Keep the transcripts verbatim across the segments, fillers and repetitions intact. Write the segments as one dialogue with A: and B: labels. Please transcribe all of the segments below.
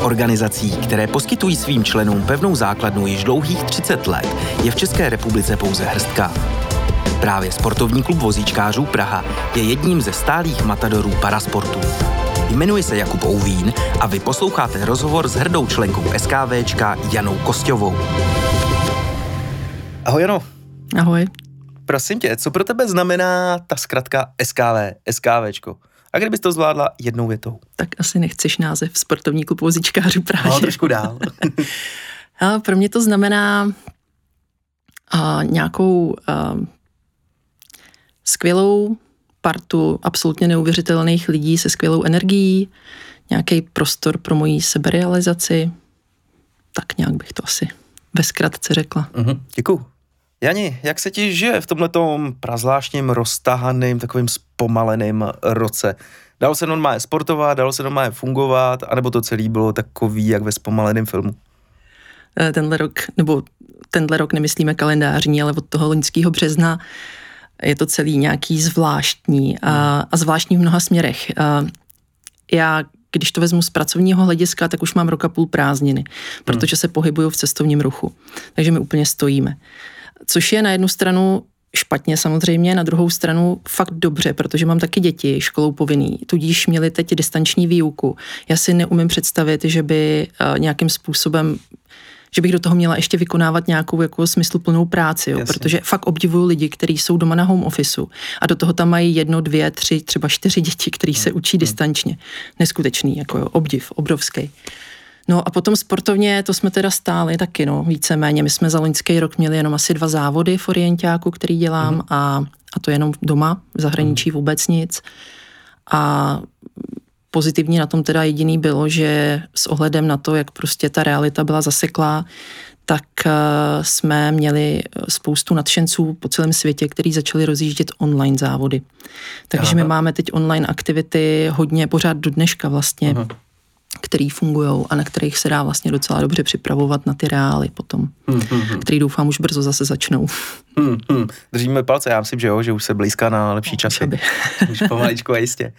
A: organizací, které poskytují svým členům pevnou základnu již dlouhých třicet let, je v České republice pouze hrstka. Právě sportovní klub vozíčkářů Praha je jedním ze stálých matadorů parasportu. Jmenuje se Jakub Ouvín a vy posloucháte rozhovor s hrdou členkou SKVčka Janou Kosťovou. Ahoj Jano.
B: Ahoj.
A: Prosím tě, co pro tebe znamená ta zkratka S K V, SKVčko? A kdybys to zvládla jednou větou?
B: Tak asi nechceš název sportovní klub vozíčkářů Prahy.
A: No, trošku dál.
B: A pro mě to znamená a, nějakou a, skvělou partu absolutně neuvěřitelných lidí se skvělou energií, nějaký prostor pro moji seberealizaci. Tak nějak bych to asi ve zkratce řekla.
A: Mhm, děkuju. Jani, jak se ti žije v tomhletom prazvláštním, roztahaným, takovým zpomaleným roce? Dalo se normálně sportovat, dalo se normálně fungovat, anebo to celé bylo takový, jak ve zpomaleném filmu?
B: Tenhle rok, nebo tenhle rok nemyslíme kalendářní, ale od toho loňského března je to celý nějaký zvláštní a, a zvláštní v mnoha směrech. A já, když to vezmu z pracovního hlediska, tak už mám rok a půl prázdniny, protože se pohybuju v cestovním ruchu, takže my úplně stojíme. Což je na jednu stranu špatně samozřejmě, na druhou stranu fakt dobře, protože mám taky děti školou povinný, tudíž měli teď distanční výuku. Já si neumím představit, že by nějakým způsobem, že bych do toho měla ještě vykonávat nějakou jako smysluplnou práci, jo? Protože fakt obdivuju lidi, kteří jsou doma na home officeu a do toho tam mají jedno, dvě, tři, třeba čtyři děti, který se učí distančně. Neskutečný, jako jo, obdiv, obrovský. No a potom sportovně, to jsme teda stáli taky, no, víceméně. My jsme za loňský rok měli jenom asi dva závody v orientáku, který dělám mm. a, a to jenom doma, v zahraničí mm. vůbec nic. A pozitivní na tom teda jediný bylo, že s ohledem na to, jak prostě ta realita byla zaseklá, tak uh, jsme měli spoustu nadšenců po celém světě, kteří začali rozjíždět online závody. Takže Aha. my máme teď online aktivity hodně pořád do dneška vlastně. Aha. který fungují a na kterých se dá vlastně docela dobře připravovat na ty reály potom, hmm, hmm, hmm. který doufám už brzo zase začnou.
A: Hmm, hmm. Držíme palce, já myslím, že jo, že už se blízká na lepší časy. Už pomaličku a jistě.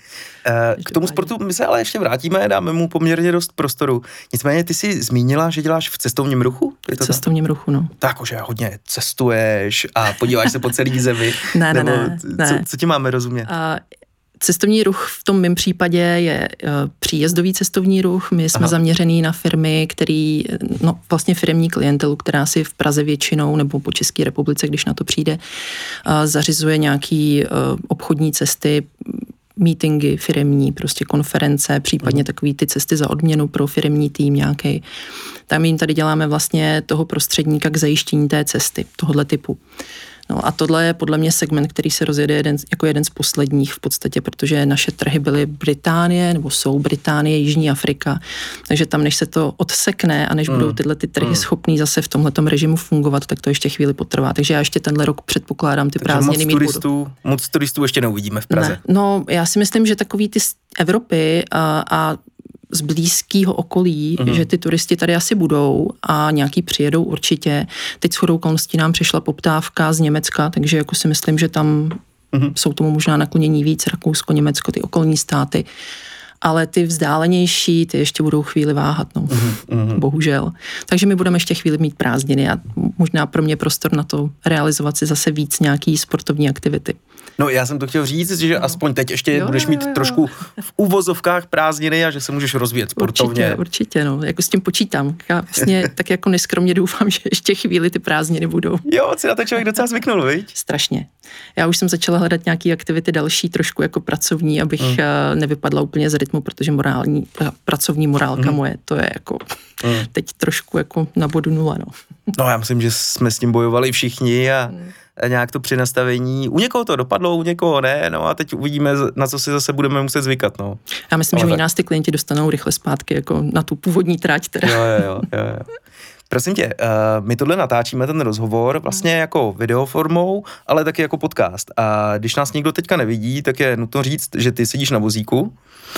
A: K tomu sportu my se ale ještě vrátíme, dáme mu poměrně dost prostoru. Nicméně ty jsi zmínila, že děláš v cestovním ruchu?
B: V cestovním ruchu, no.
A: Tak, že hodně cestuješ a podíváš se po celý zemi.
B: ne, ne, ne, ne.
A: Co, co ti máme rozumět?
B: A cestovní ruch v tom mém případě je uh, příjezdový cestovní ruch. My jsme Aha. zaměřený na firmy, který, no vlastně firemní klientelu, která si v Praze většinou, nebo po České republice, když na to přijde, uh, zařizuje nějaký uh, obchodní cesty, meetingy firemní, prostě konference, případně mm. takový ty cesty za odměnu pro firemní tým nějaký. Tam jim tady děláme vlastně toho prostředníka k zajištění té cesty, tohohle typu. No a tohle je podle mě segment, který se rozjede jeden, jako jeden z posledních v podstatě, protože naše trhy byly Británie, nebo jsou Británie, Jižní Afrika, takže tam, než se to odsekne a než mm. budou tyhle ty trhy mm. schopný zase v tomhletom režimu fungovat, tak to ještě chvíli potrvá. Takže já ještě tenhle rok předpokládám ty takže prázdniny mít
A: turistů, moc turistů ještě neuvidíme v Praze.
B: Ne. No, já si myslím, že takový ty z Evropy a, a z blízkého okolí, mm. že ty turisti tady asi budou a nějaký přijedou určitě. Teď shodou okolností nám přišla poptávka z Německa, takže jako si myslím, že tam mm. jsou tomu možná naklonění víc, Rakousko, Německo, ty okolní státy. Ale ty vzdálenější, ty ještě budou chvíli váhat, no. Mm. Bohužel. Takže my budeme ještě chvíli mít prázdniny a možná pro mě prostor na to realizovat si zase víc nějaký sportovní aktivity.
A: No já jsem to chtěl říct, že no. aspoň teď ještě jo, budeš mít jo, jo. trošku v úvozovkách prázdniny a že se můžeš rozvíjet sportovně.
B: Určitě, určitě, no. Jako s tím počítám. Já vlastně tak jako neskromně doufám, že ještě chvíli ty prázdniny budou.
A: Jo, si na to člověk docela zvyknul, viď?
B: Strašně. Já už jsem začala hledat nějaké aktivity další, trošku jako pracovní, abych mm. nevypadla úplně z rytmu, protože morální, pracovní morálka mm. moje, to je jako mm. teď trošku jako na bodu nula, no.
A: No já myslím, že jsme s tím bojovali všichni a mm. nějak to při nastavení, u někoho to dopadlo, u někoho ne, no a teď uvidíme, na co si zase budeme muset zvykat, no.
B: Já myslím, ale že tak... nás ty klienti dostanou rychle zpátky, jako na tu původní trať teda.
A: Jo, jo, jo, jo. Prosím tě, uh, my tohle natáčíme, ten rozhovor, vlastně jako videoformou, ale taky jako podcast. A když nás někdo teďka nevidí, tak je nutno říct, že ty sedíš na vozíku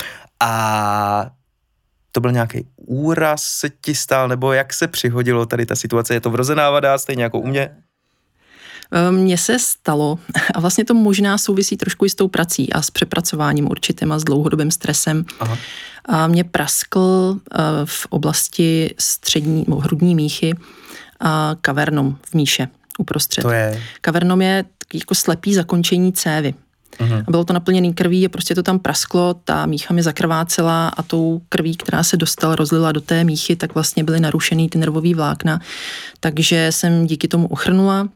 A: a to byl nějaký úraz se ti stál, nebo jak se přihodilo tady ta situace? Je to vrozená vada, stejně jako u mě?
B: Mně se stalo, a vlastně to možná souvisí trošku i s tou prací a s přepracováním určitým a s dlouhodobým stresem. Aha. A mě praskl v oblasti střední, hrudní míchy kavernom v míše uprostřed.
A: To je?
B: Kavernom je jako slepý zakončení cévy. Uhum. A bylo to naplněný krví a prostě to tam prasklo, ta mícha mi zakrvácela a tou krví, která se dostala, rozlila do té míchy, tak vlastně byly narušený ty nervový vlákna. Takže jsem díky tomu ochrnula.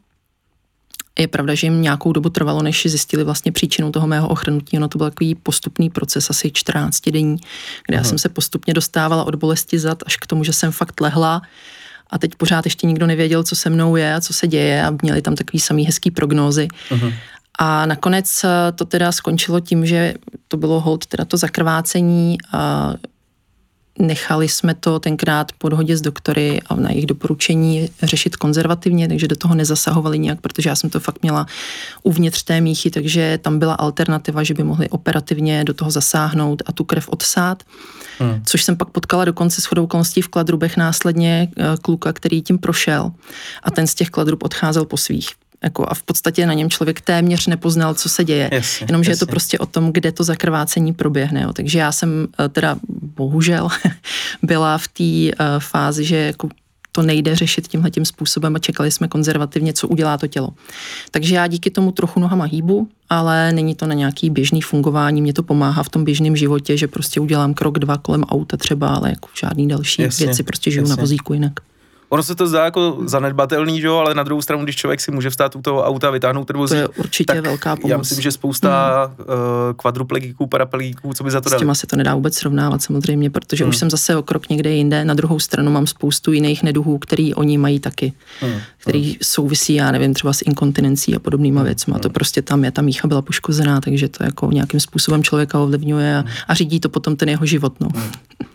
B: Je pravda, že jim nějakou dobu trvalo, než zjistili vlastně příčinu toho mého ochrnutí. Ono to byl takový postupný proces, asi čtrnáctidenní, kde Aha. já jsem se postupně dostávala od bolesti zad až k tomu, že jsem fakt lehla a teď pořád ještě nikdo nevěděl, co se mnou je a co se děje a měli tam takový samý hezký prognózy. Aha. A nakonec to teda skončilo tím, že to bylo hold teda to zakrvácení a nechali jsme to tenkrát po dohodě s doktory a na jejich doporučení řešit konzervativně, takže do toho nezasahovali nějak, protože já jsem to fakt měla uvnitř té míchy, takže tam byla alternativa, že by mohli operativně do toho zasáhnout a tu krev odsát, hmm. což jsem pak potkala dokonce shodou okolností v Kladrubech následně kluka, který tím prošel a ten z těch Kladrub odcházel po svých. Jako a v podstatě na něm člověk téměř nepoznal, co se děje. Jasně, Jenomže jasně. je to prostě o tom, kde to zakrvácení proběhne. Jo. Takže já jsem teda bohužel byla v té uh, fázi, že jako to nejde řešit tímhletím způsobem a čekali jsme konzervativně, co udělá to tělo. Takže já díky tomu trochu nohama hýbu, ale není to na nějaký běžný fungování, mě to pomáhá v tom běžném životě, že prostě udělám krok, dva kolem auta třeba, ale jako žádný další jasně, věci, prostě žiju jasně. na vozíku jinak.
C: Ono se to zdá jako zanedbatelný, že? Ale na druhou stranu, když člověk si může vstát u toho auta a vytáhnout ten vozík,
B: to je určitě velká pomoc.
C: Já myslím, že spousta mm. uh, kvadruplegiků, paraplegiků, co by za to dali.
B: S těma se to nedá vůbec srovnávat samozřejmě, protože mm. už jsem zase o krok někde jinde. Na druhou stranu mám spoustu jiných neduhů, který oni mají taky, mm. který mm. souvisí, já nevím, třeba s inkontinencí a podobnýma mm. věcmi. A to prostě tam je, ta mícha byla poškozená, takže to jako nějakým způsobem člověka ovlivňuje a, a řídí to potom ten jeho život. No. Mm.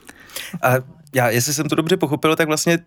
C: A já, jestli jsem to dobře pochopil, tak vlastně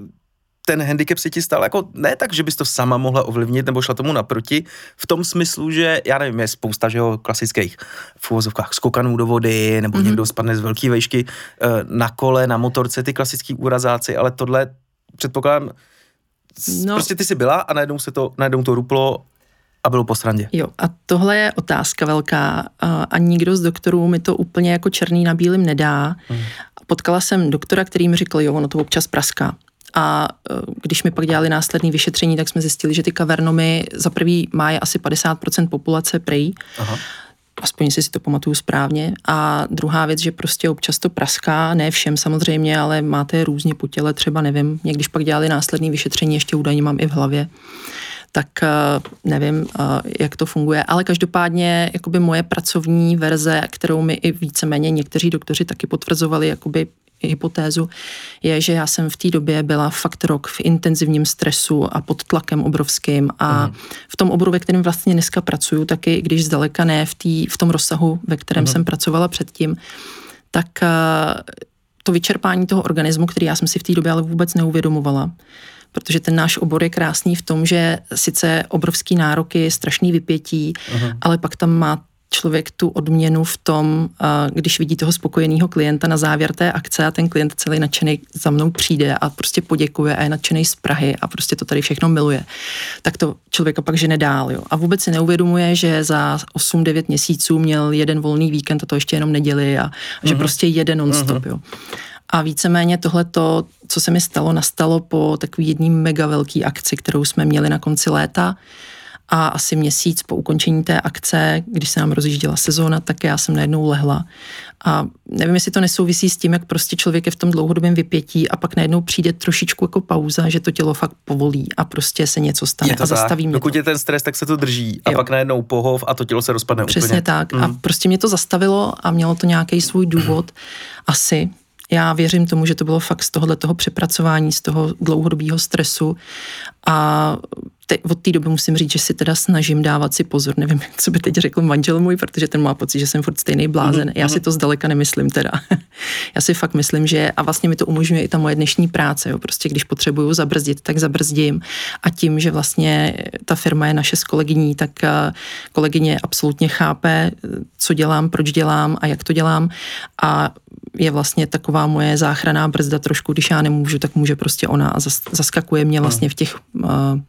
C: ten handicap si ti stal jako ne tak, že bys to sama mohla ovlivnit nebo šla tomu naproti, v tom smyslu, že já nevím, je spousta, že jo, klasických v uvozovkách skokanů do vody, nebo mm-hmm. někdo spadne z velké vejšky na kole, na motorce, ty klasický úrazáci, ale tohle předpokládám, no. prostě ty jsi byla a najednou se to, najednou to ruplo a bylo po srandě.
B: Jo, a tohle je otázka velká a, a nikdo z doktorů mi to úplně jako černý na bílým nedá. Hmm. Potkala jsem doktora, který mi řekl, jo, ono to občas praská. A když mi pak dělali následné vyšetření, tak jsme zjistili, že ty kavernomy za prvý mají asi padesát procent populace prej. Aha. Aspoň si si to pamatuju správně. A druhá věc, že prostě občas to praská, ne všem samozřejmě, ale máte různě po těle, třeba nevím, mě když pak dělali následné vyšetření, ještě údajně mám i v hlavě, tak nevím, jak to funguje, ale každopádně jakoby moje pracovní verze, kterou mi i víceméně někteří doktoři taky potvrzovali, jakoby hypotézu, je, že já jsem v té době byla fakt rok v intenzivním stresu a pod tlakem obrovským a mm. v tom oboru, ve kterém vlastně dneska pracuju, taky když zdaleka ne v, tý, v tom rozsahu, ve kterém mm. jsem pracovala předtím, tak to vyčerpání toho organismu, který já jsem si v té době ale vůbec neuvědomovala, protože ten náš obor je krásný v tom, že sice obrovský nároky, strašný vypětí, uh-huh. ale pak tam má člověk tu odměnu v tom, když vidí toho spokojeného klienta na závěr té akce a ten klient celý nadšený za mnou přijde a prostě poděkuje a je nadšený z Prahy a prostě to tady všechno miluje, tak to člověka pak žene dál. Jo. A vůbec si neuvědomuje, že za osm devět měsíců měl jeden volný víkend a to ještě jenom neděli a, a že uh-huh. prostě jede non-stop. Uh-huh. Jo. A víceméně tohleto, co se mi stalo, nastalo po takový jedný mega velký akci, kterou jsme měli na konci léta a asi měsíc po ukončení té akce, když se nám rozjížděla sezóna, tak já jsem najednou lehla. A nevím, jestli to nesouvisí s tím, jak prostě člověk je v tom dlouhodobém vypětí a pak najednou přijde trošičku jako pauza, že to tělo fakt povolí a prostě se něco stane a zastaví mě to.
C: Dokud je ten stres, tak se to drží a jo. pak najednou pohov a to tělo se rozpadne
B: Přesně
C: úplně.
B: Přesně tak. Mm. A prostě mě to zastavilo a mělo to nějaký svůj důvod. Asi. Já věřím tomu, že to bylo fakt z tohohle toho přepracování, z toho dlouhodobého stresu a te, od té doby musím říct, že si teda snažím dávat si pozor. Nevím, co by teď řekl manžel můj, protože ten má pocit, že jsem furt stejný blázen. Já si to zdaleka nemyslím teda. Já si fakt myslím, že a vlastně mi to umožňuje i ta moje dnešní práce. Jo. Prostě když potřebuju zabrzdit, tak zabrzdím a tím, že vlastně ta firma je naše s kolegyní, tak kolegyně absolutně chápe, co dělám, proč dělám a jak to dělám a je vlastně taková moje záchranná brzda trošku, když já nemůžu, tak může prostě ona a zaskakuje mě vlastně v těch uh, činnostech,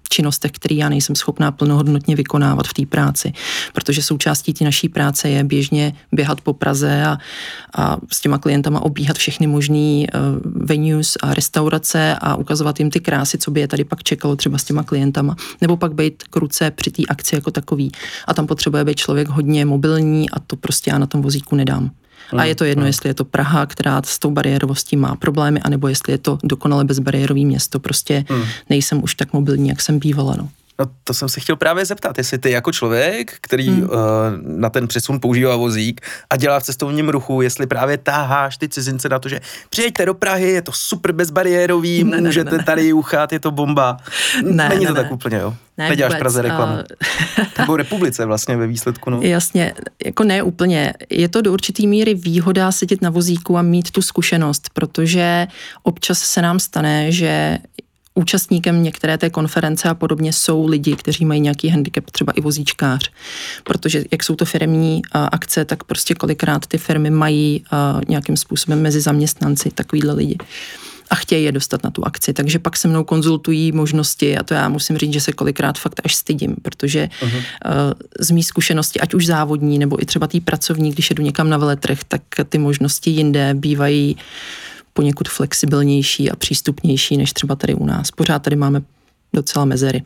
B: činnostech, které já nejsem schopná plnohodnotně vykonávat v té práci, protože součástí té naší práce je běžně běhat po Praze a, a s těma klientama obíhat všechny možný uh, venues a restaurace a ukazovat jim ty krásy, co by je tady pak čekalo třeba s těma klientama, nebo pak být k ruce při té akci jako takový. A tam potřebuje být člověk hodně mobilní a to prostě já na tom vozíku nedám. A je to jedno, jestli je to Praha, která s tou bariérovostí má problémy, anebo jestli je to dokonale bezbariérový město. Prostě hmm. nejsem už tak mobilní, jak jsem bývala. No.
C: No to jsem se chtěl právě zeptat, jestli ty jako člověk, který hmm. uh, na ten přesun používá vozík a dělá v cestovním ruchu, jestli právě táháš ty cizince na to, že přijeďte do Prahy, je to super bezbariérový, ne, můžete ne, ne, tady uchát, je to bomba.
B: Ne,
C: Není
B: ne,
C: to
B: ne.
C: tak úplně, jo?
B: Ne,
C: Neděláš
B: vůbec,
C: Praze reklamu.
B: Uh...
C: Nebo republice vlastně ve výsledku, no.
B: Jasně, jako ne úplně. Je to do určitý míry výhoda sedět na vozíku a mít tu zkušenost, protože občas se nám stane, že účastníkem některé té konference a podobně jsou lidi, kteří mají nějaký handicap, třeba i vozíčkář. Protože jak jsou to firemní uh, akce, tak prostě kolikrát ty firmy mají uh, nějakým způsobem mezi zaměstnanci takovýhle lidi. A chtějí je dostat na tu akci, takže pak se mnou konzultují možnosti a to já musím říct, že se kolikrát fakt až stydím, protože uh-huh. uh, z mý zkušenosti, ať už závodní, nebo i třeba tý pracovní, když jedu někam na veletrh, tak ty možnosti jinde bývají poněkud flexibilnější a přístupnější, než třeba tady u nás. Pořád tady máme docela mezery.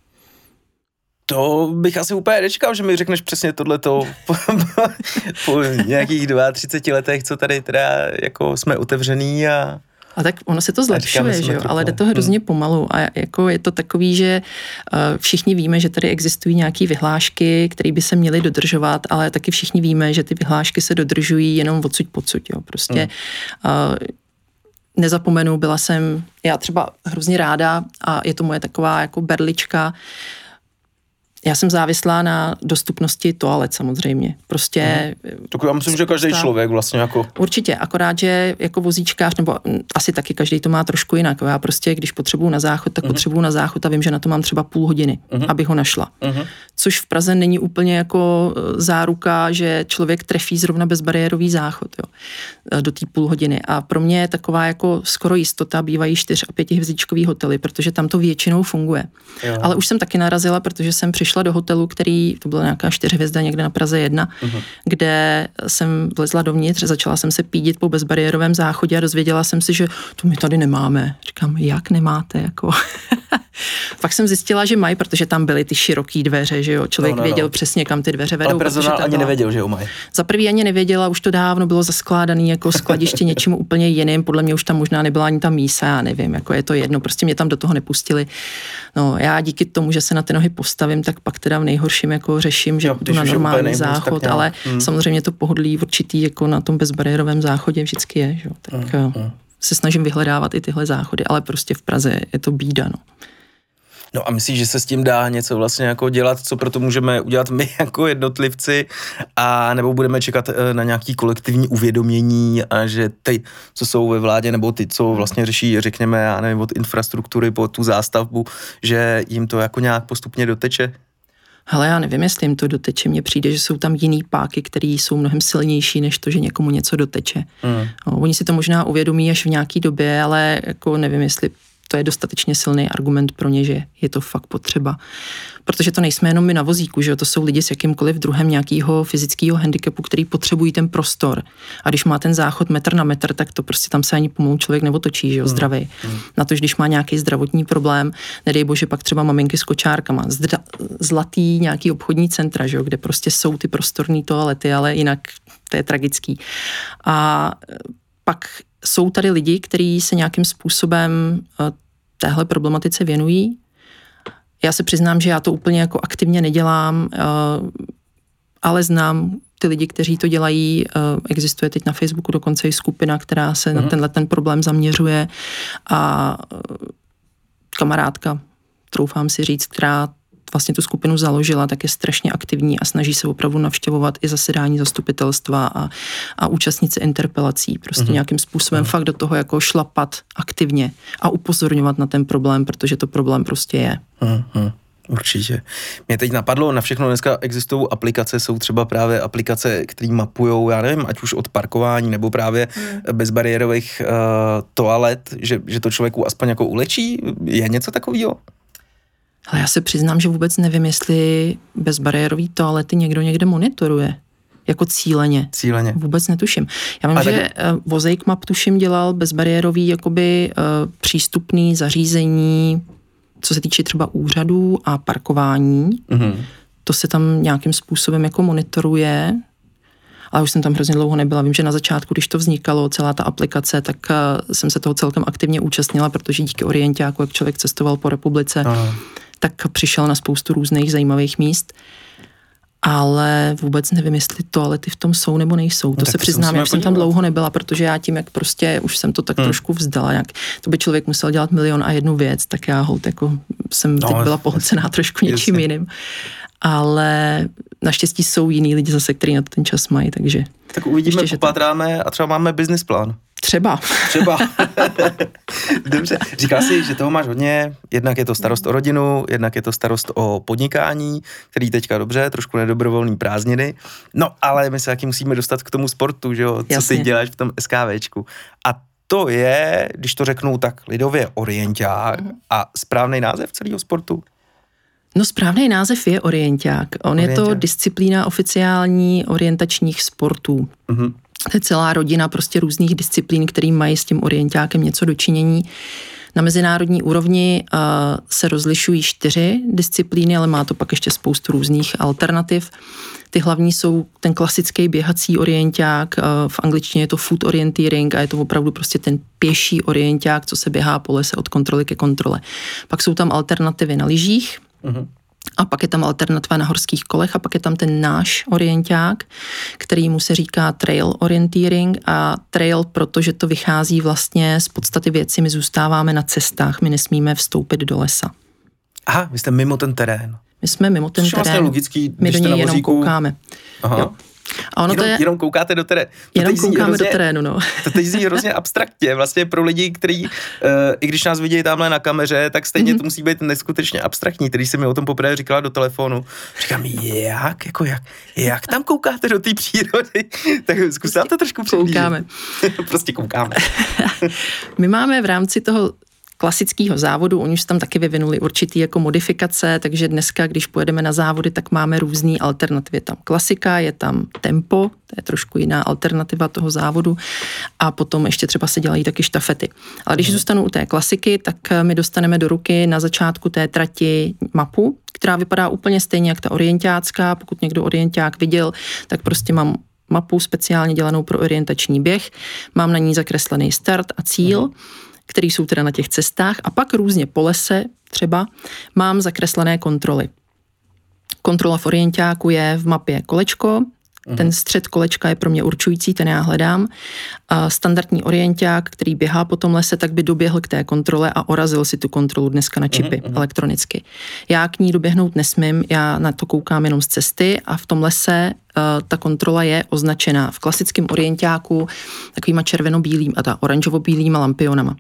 C: To bych asi úplně nečekal, že mi řekneš přesně tohleto po, po nějakých třiceti letech, co tady teda jako jsme otevřený a...
B: A tak ono se to zlepšuje, že jo, ale jde to hrozně hmm. pomalu a jako je to takový, že uh, všichni víme, že tady existují nějaké vyhlášky, které by se měly dodržovat, ale taky všichni víme, že ty vyhlášky se dodržují jenom odsud pocud, jo, prostě hmm. uh, nezapomenu, byla jsem já třeba hrozně ráda a je to moje taková jako berlička. Já jsem závislá na dostupnosti toalet samozřejmě. Prostě...
C: Hmm. Tak já myslím, že každý člověk vlastně jako...
B: Určitě, akorát, že jako vozíčkář, nebo asi taky každý to má trošku jinak. Já prostě, když potřebuju na záchod, tak hmm. potřebuju na záchod a vím, že na to mám třeba půl hodiny, hmm. abych ho našla. Hmm. Což v Praze není úplně jako záruka, že člověk trefí zrovna bezbariérový záchod, jo, do té půl hodiny. A pro mě je taková jako skoro jistota, bývají čtyř a pětihvězdičkový hotely, protože tam to většinou funguje. Jo. Ale už jsem taky narazila, protože jsem přišla do hotelu, který, to byla nějaká čtyřhvězda někde na Praze jedna, uh-huh. kde jsem vlezla dovnitř, začala jsem se pídit po bezbariérovém záchodě a dozvěděla jsem si, že to my tady nemáme. Říkám, jak nemáte, jako... Pak jsem zjistila, že mají, protože tam byly ty široký dveře, že jo, člověk no, no, věděl no. přesně, kam ty dveře vedou.
C: Ale personál ani byla... nevěděl, že jo mají.
B: Za prvý ani nevěděla, už to dávno bylo zaskládaný jako skladiště něčím úplně jiným, podle mě už tam možná nebyla ani ta mísa, já nevím, jako je to jedno, prostě mě tam do toho nepustili. No, já díky tomu, že se na ty nohy postavím, tak pak teda v nejhorším jako řeším, že jo, jdu na normální záchod, ale hmm. samozřejmě to pohodlí určitý jako na tom bezbariérovém záchodě vždycky je, že jo, tak hmm. Hmm. se snažím vyhledávat i tyhle záchody, ale prostě v Praze je to bída, no.
C: No a myslíš, že se s tím dá něco vlastně jako dělat, co proto můžeme udělat my jako jednotlivci, a nebo budeme čekat na nějaký kolektivní uvědomění a že ty, co jsou ve vládě, nebo ty, co vlastně řeší, řekněme, já nevím, od infrastruktury po tu zástavbu, že jim to jako nějak postupně doteče?
B: Hele, já nevím, jestli jim to doteče. Mně přijde, že jsou tam jiný páky, které jsou mnohem silnější, než to, že někomu něco doteče. Mm. No, oni si to možná uvědomí až v nějaký době, ale jako nevím, jestli to je dostatečně silný argument pro ně, že je to fakt potřeba. Protože to nejsme jenom my na vozíku, že jo? To jsou lidi s jakýmkoliv druhem nějakého fyzického handicapu, který potřebují ten prostor. A když má ten záchod metr na metr, tak to prostě tam se ani pomalu člověk neotočí, že jo, zdravej. Mm. Na to, když má nějaký zdravotní problém, nedej bože pak třeba maminky s kočárkama, zdra, zlatý nějaký obchodní centra, že jo, kde prostě jsou ty prostorní toalety, ale jinak to je tragický. A pak jsou tady lidi, kteří se nějakým způsobem téhle problematice věnují. Já se přiznám, že já to úplně jako aktivně nedělám, ale znám ty lidi, kteří to dělají. Existuje teď na Facebooku dokonce i skupina, která se mm-hmm. na tenhle ten problém zaměřuje, a kamarádka, troufám si říct, která vlastně tu skupinu založila, tak je strašně aktivní a snaží se opravdu navštěvovat i zasedání zastupitelstva a, a účastnit se interpelací. Prostě mm-hmm. nějakým způsobem mm-hmm. fakt do toho jako šlapat aktivně a upozorňovat na ten problém, protože to problém prostě je.
C: Mm-hmm. Určitě. Mě teď napadlo, na všechno dneska existují aplikace, jsou třeba právě aplikace, které mapujou, já nevím, ať už od parkování nebo právě mm. bezbariérových uh, toalet, že, že to člověku aspoň jako ulečí. Je něco takového?
B: Ale já se přiznám, že vůbec nevím, jestli bezbariérový toalety někdo někde monitoruje. Jako cíleně.
C: Cíleně.
B: Vůbec netuším. Já vím, a že tak... Vozejk Map tuším dělal bezbariérový jakoby uh, přístupný zařízení, co se týče třeba úřadů a parkování. Mm-hmm. To se tam nějakým způsobem jako monitoruje. Ale už jsem tam hrozně dlouho nebyla. Vím, že na začátku, když to vznikalo, celá ta aplikace, tak uh, jsem se toho celkem aktivně účastnila, protože díky Orientáku, jak člověk cestoval po republice, Aha. tak přišel na spoustu různých zajímavých míst. Ale vůbec nevím, jestli toalety v tom jsou nebo nejsou. To no, se přiznám, já jsem tam dlouho nebyla, protože já tím, jak prostě už jsem to tak hmm. trošku vzdala, jak to by člověk musel dělat milion a jednu věc, tak já holt jako jsem no, teď byla pohlcená trošku něčím jasně. jiným. Ale naštěstí jsou jiný lidi zase, kteří na to ten čas mají, takže...
C: Tak uvidíme, popátráme a třeba máme business plán.
B: Třeba.
C: Třeba. Dobře. Říkala jsi, že toho máš hodně, jednak je to starost o rodinu, jednak je to starost o podnikání, který teďka dobře, trošku nedobrovolný prázdniny. No, ale my se taky musíme dostat k tomu sportu, že jo, co Jasně. ty děláš v tom SKVčku. A to je, když to řeknu tak lidově, orienták mm. a správný název celého sportu?
B: No správný název je orienták. On orienták. Je to disciplína oficiální orientačních sportů. Mhm. To je celá rodina prostě různých disciplín, který mají s tím orientákem něco dočinění. Na mezinárodní úrovni uh, se rozlišují čtyři disciplíny, ale má to pak ještě spoustu různých alternativ. Ty hlavní jsou ten klasický běhací orienták, uh, v angličtině je to foot orienteering a je to opravdu prostě ten pěší orienták, co se běhá po lese od kontroly ke kontrole. Pak jsou tam alternativy na lyžích, uh-huh. A pak je tam alternativa na horských kolech a pak je tam ten náš orienták, kterýmu se říká trail orienteering a trail, protože to vychází vlastně z podstaty věci, my zůstáváme na cestách, my nesmíme vstoupit do lesa.
C: Aha, vy jste mimo ten terén.
B: My jsme mimo ten
C: Což
B: terén,
C: vlastně logický,
B: my do něj jenom koukáme.
C: Aha.
B: Jo. A ono
C: jenom,
B: to je,
C: jenom koukáte do terénu.
B: Jenom koukáme hrozně, do terénu, no.
C: To teď zní hrozně abstraktně, vlastně pro lidi, kteří, uh, i když nás vidějí tamhle na kameře, tak stejně mm-hmm. to musí být neskutečně abstraktní. Když jsem mi o tom poprvé říkala do telefonu, říkám, jak, jako jak, jak tam koukáte do té přírody? Tak zkus nám to trošku přiblížit.
B: Koukáme.
C: Prostě koukáme.
B: My máme v rámci toho klasického závodu, oni už tam taky vyvinuli určitý jako modifikace, takže dneska, když pojedeme na závody, tak máme různý alternativy. Je tam klasika, je tam tempo, to je trošku jiná alternativa toho závodu a potom ještě třeba se dělají taky štafety. Ale když zůstanu u té klasiky, tak my dostaneme do ruky na začátku té trati mapu, která vypadá úplně stejně jak ta orientácká. Pokud někdo orienták viděl, tak prostě mám mapu speciálně dělanou pro orientační běh, mám na ní zakreslený start a cíl, uh-huh. který jsou teda na těch cestách a pak různě po lese třeba mám zakreslené kontroly. Kontrola v orientáku je v mapě kolečko, mm. ten střed kolečka je pro mě určující, ten já hledám. A standardní orienták, který běhá po tom lese, tak by doběhl k té kontrole a orazil si tu kontrolu dneska na čipy mm. elektronicky. Já k ní doběhnout nesmím, já na to koukám jenom z cesty a v tom lese ta kontrola je označená v klasickém orientáku takovýma červeno-bílým a ta oranžovo-bílýma lampionama.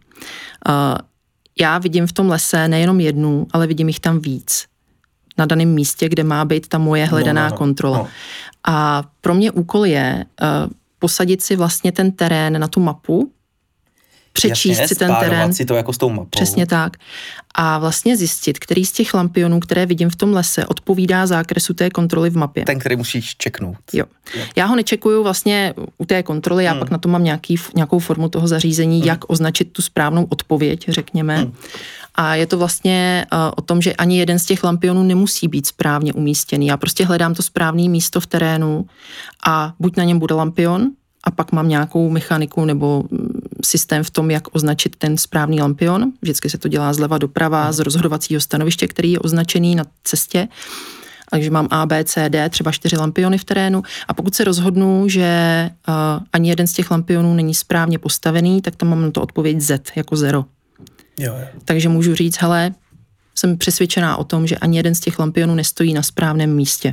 B: Já vidím v tom lese nejenom jednu, ale vidím jich tam víc na daném místě, kde má být ta moje hledaná no, no, kontrola. No. A pro mě úkol je posadit si vlastně ten terén na tu mapu, přečíst
C: Jasně,
B: si ten terén.
C: si to jako s tou mapou.
B: Přesně tak. A vlastně zjistit, který z těch lampionů, které vidím v tom lese, odpovídá zákresu té kontroly v mapě.
C: Ten, který musíš čeknout.
B: Jo. jo. Já ho nečekuju vlastně u té kontroly, já hmm. pak na to mám nějaký, nějakou formu toho zařízení, hmm. jak označit tu správnou odpověď, řekněme. Hmm. A je to vlastně uh, o tom, že ani jeden z těch lampionů nemusí být správně umístěný. Já prostě hledám to správné místo v terénu a buď na něm bude lampion, a pak mám nějakou mechaniku nebo systém v tom, jak označit ten správný lampion. Vždycky se to dělá zleva doprava z rozhodovacího stanoviště, který je označený na cestě. Takže mám A, B, C, D, třeba čtyři lampiony v terénu. A pokud se rozhodnu, že uh, ani jeden z těch lampionů není správně postavený, tak tam mám na to odpověď Z, jako zero.
C: Jo, jo.
B: Takže můžu říct, hele, jsem přesvědčená o tom, že ani jeden z těch lampionů nestojí na správném místě.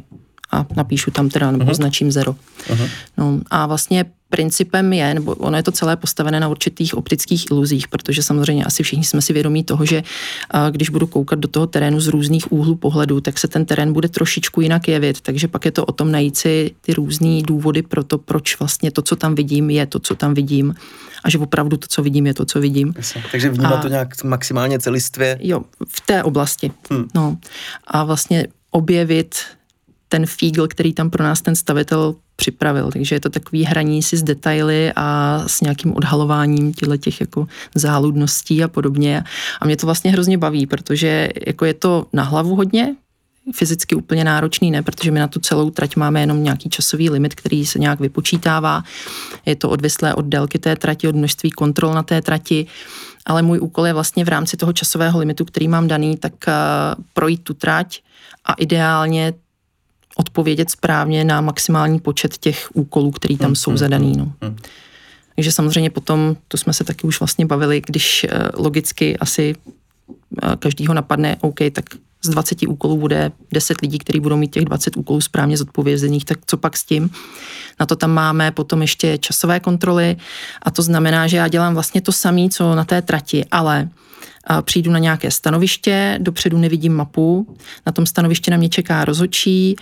B: a napíšu tam teda, nebo uh-huh. označím zero. Uh-huh. No a vlastně principem je, nebo ono je to celé postavené na určitých optických iluzích, protože samozřejmě asi všichni jsme si vědomí toho, že když budu koukat do toho terénu z různých úhlů pohledu, tak se ten terén bude trošičku jinak jevit, takže pak je to o tom najít si ty různý důvody pro to, proč vlastně to, co tam vidím, je to, co tam vidím a že opravdu to, co vidím, je to, co vidím.
C: Jasně. Takže vnímá a, to nějak maximálně celistvě?
B: Jo, v té oblasti. Hmm. No. A vlastně objevit ten fígl, který tam pro nás ten stavitel připravil. Takže je to takový hraní si s detaily a s nějakým odhalováním těch jako záludností a podobně. A mě to vlastně hrozně baví, protože jako je to na hlavu hodně, fyzicky úplně náročný, ne, protože my na tu celou trať máme jenom nějaký časový limit, který se nějak vypočítává. Je to odvislé od délky té trati, od množství kontrol na té trati, ale můj úkol je vlastně v rámci toho časového limitu, který mám daný, tak uh, projít tu trať a ideálně odpovědět správně na maximální počet těch úkolů, který tam hmm, jsou hmm, zadaný. No. Hmm. Takže samozřejmě potom, to jsme se taky už vlastně bavili, když uh, logicky asi uh, každýho napadne, OK, tak z dvaceti úkolů bude deset lidí, kteří budou mít těch dvacet úkolů správně zodpovězených, tak co pak s tím? Na to tam máme potom ještě časové kontroly a to znamená, že já dělám vlastně to samé, co na té trati, ale přijdu na nějaké stanoviště, dopředu nevidím mapu, na tom stanovišti na mě čeká rozhodčí,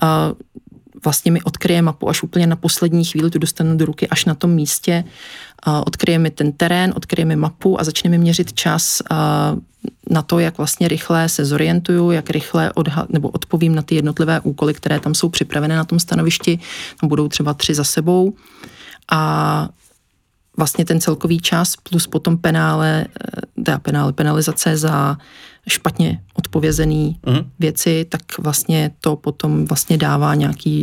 B: vlastně mi odkryje mapu až úplně na poslední chvíli, tu dostanu do ruky až na tom místě, odkryje mi ten terén, odkryje mi mapu a začne mi měřit čas na to, jak vlastně rychle se zorientuju, jak rychle odha- nebo odpovím na ty jednotlivé úkoly, které tam jsou připravené na tom stanovišti. Tam budou třeba tři za sebou a vlastně ten celkový čas plus potom penále, teda penále, penalizace za špatně odpovězený mm. věci, tak vlastně to potom vlastně dává nějaký,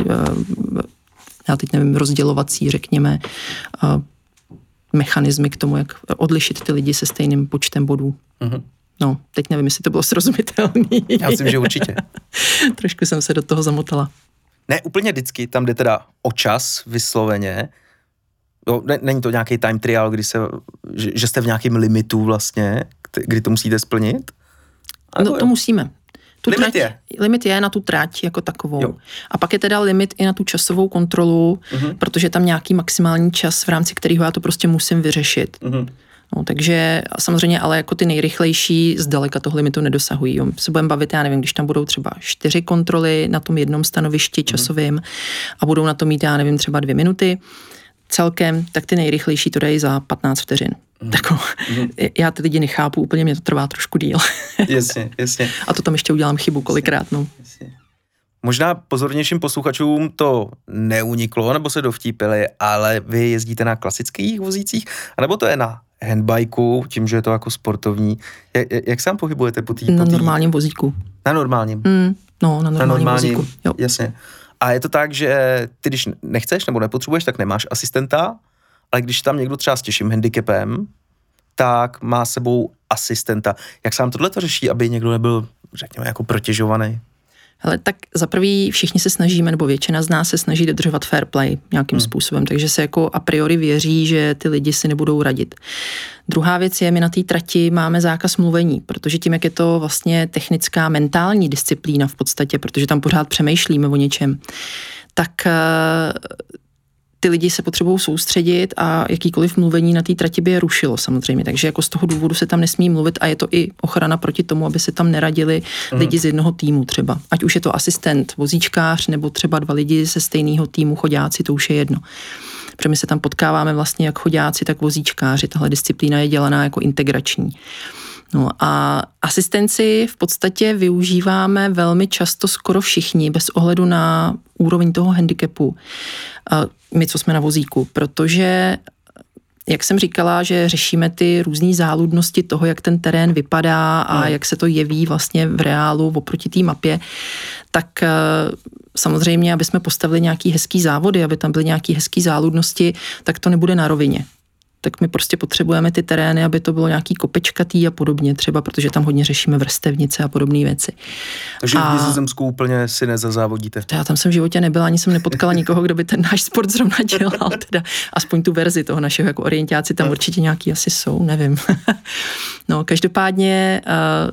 B: já teď nevím, rozdělovací, řekněme, mechanismy k tomu, jak odlišit ty lidi se stejným počtem bodů. Mm. No, teď nevím, jestli to bylo srozumitelné.
C: Já myslím, že určitě.
B: Trošku jsem se do toho zamotala.
C: Ne, úplně vždycky, tam jde teda o čas vysloveně. Jo, ne, není to nějaký time trial, kdy se, že, že jste v nějakém limitu vlastně, kdy to musíte splnit?
B: No, to musíme. Tu
C: limit
B: trať,
C: je?
B: Limit je na tu trať jako takovou.
C: Jo.
B: A pak je teda limit i na tu časovou kontrolu, uh-huh. protože tam nějaký maximální čas, v rámci kterého já to prostě musím vyřešit. Uh-huh. No, takže samozřejmě, ale jako ty nejrychlejší zdaleka toho limitu nedosahují. Jo. Se budeme bavit, já nevím, když tam budou třeba čtyři kontroly na tom jednom stanovišti časovým uh-huh. a budou na to mít, já nevím, třeba dvě minuty celkem, tak ty nejrychlejší to dají za patnáct vteřin. Mm. Tako, mm. Já ty lidi nechápu, úplně mě to trvá trošku díl.
C: Jasně, jasně.
B: A to tam ještě udělám chybu kolikrát, no.
C: Jasně. Možná pozornějším posluchačům to neuniklo, nebo se dovtípili, ale vy jezdíte na klasických vozících, anebo to je na handbajku, tím, že je to jako sportovní. Jak, jak se tam pohybujete po té...
B: Na
C: tý...
B: normálním vozíku.
C: Na normálním?
B: Mm, no, na normálním, na normálním vozíku. Jo.
C: Jasně. A je to tak, že ty, když nechceš nebo nepotřebuješ, tak nemáš asistenta, ale když tam někdo třeba s těžším handicapem, tak má s sebou asistenta. Jak se vám tohle to řeší, aby někdo nebyl, řekněme, jako protěžovaný?
B: Hele, tak za prvý všichni se snažíme, nebo většina z nás se snaží dodržovat fair play nějakým hmm. způsobem, takže se jako a priori věří, že ty lidi si nebudou radit. Druhá věc je, my na té trati máme zákaz mluvení, protože tím, jak je to vlastně technická, mentální disciplína v podstatě, protože tam pořád přemýšlíme o něčem, tak ty lidi se potřebují soustředit a jakýkoliv mluvení na té trati by je rušilo samozřejmě. Takže jako z toho důvodu se tam nesmí mluvit a je to i ochrana proti tomu, aby se tam neradili mm. lidi z jednoho týmu třeba. Ať už je to asistent, vozíčkář nebo třeba dva lidi ze stejného týmu chodáci, to už je jedno. Protože my se tam potkáváme vlastně jak chodáci, tak vozíčkáři. Tahle disciplína je dělaná jako integrační. No a asistenci v podstatě využíváme velmi často skoro všichni, bez ohledu na úroveň toho handicapu, my, co jsme na vozíku, protože, jak jsem říkala, že řešíme ty různé záludnosti toho, jak ten terén vypadá a hmm. jak se to jeví vlastně v reálu oproti té mapě, tak samozřejmě, aby jsme postavili nějaký hezký závody, aby tam byly nějaký hezký záludnosti, tak to nebude na rovině. Tak my prostě potřebujeme ty terény, aby to bylo nějaký kopečkatý a podobně třeba, protože tam hodně řešíme vrstevnice a podobné věci.
C: Takže v Nizozemsku úplně si nezazávodíte?
B: Já tam jsem v životě nebyla, ani jsem nepotkala nikoho, kdo by ten náš sport zrovna dělal, teda aspoň tu verzi toho našeho, jako orientáci tam určitě nějaký asi jsou, nevím. No, každopádně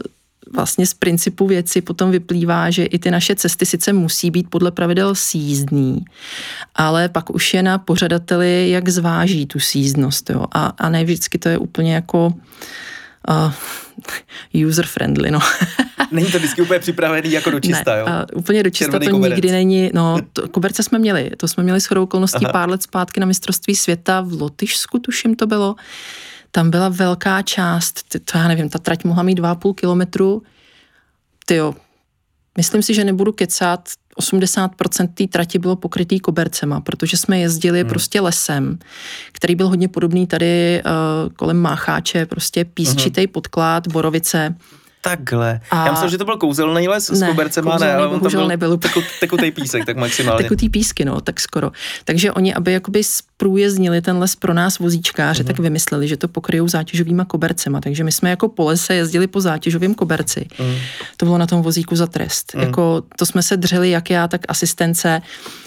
B: vlastně z principu věci potom vyplývá, že i ty naše cesty sice musí být podle pravidel sjízdný, ale pak už je na pořadateli, jak zváží tu sjízdnost, jo. A, a ne vždycky to je úplně jako uh, user-friendly, no.
C: Není to vždycky úplně připravený jako do čista,
B: ne,
C: jo?
B: A úplně do čista
C: Červený
B: to
C: koberec.
B: nikdy není. No, to, koberce jsme měli. To jsme měli shodou okolností
C: Aha.
B: pár let zpátky na mistrovství světa v Lotyšsku, tuším to bylo. Tam byla velká část, to já nevím, ta trať mohla mít dva a půl kilometru. Tyjo, myslím si, že nebudu kecat, osmdesát procent té trati bylo pokrytý kobercema, protože jsme jezdili hmm. prostě lesem, který byl hodně podobný tady uh, kolem Mácháče, prostě písčitý hmm. podklad, borovice.
C: Takhle.
B: A
C: Já myslím, že to byl kouzelný les s
B: ne,
C: kobercema, ne, ale on tam byl
B: nebyl.
C: Teku, tekutej písek, tak maximálně.
B: Tekutý písky, no, tak skoro. Takže oni, aby jakoby zprůjezdnili ten les pro nás vozíčkáře, uh-huh. tak vymysleli, že to pokryjou zátěžovýma kobercema. Takže my jsme jako po lese jezdili po zátěžovém koberci. Uh-huh. To bylo na tom vozíku za trest. Uh-huh. Jako, to jsme se dřeli jak já, tak asistence.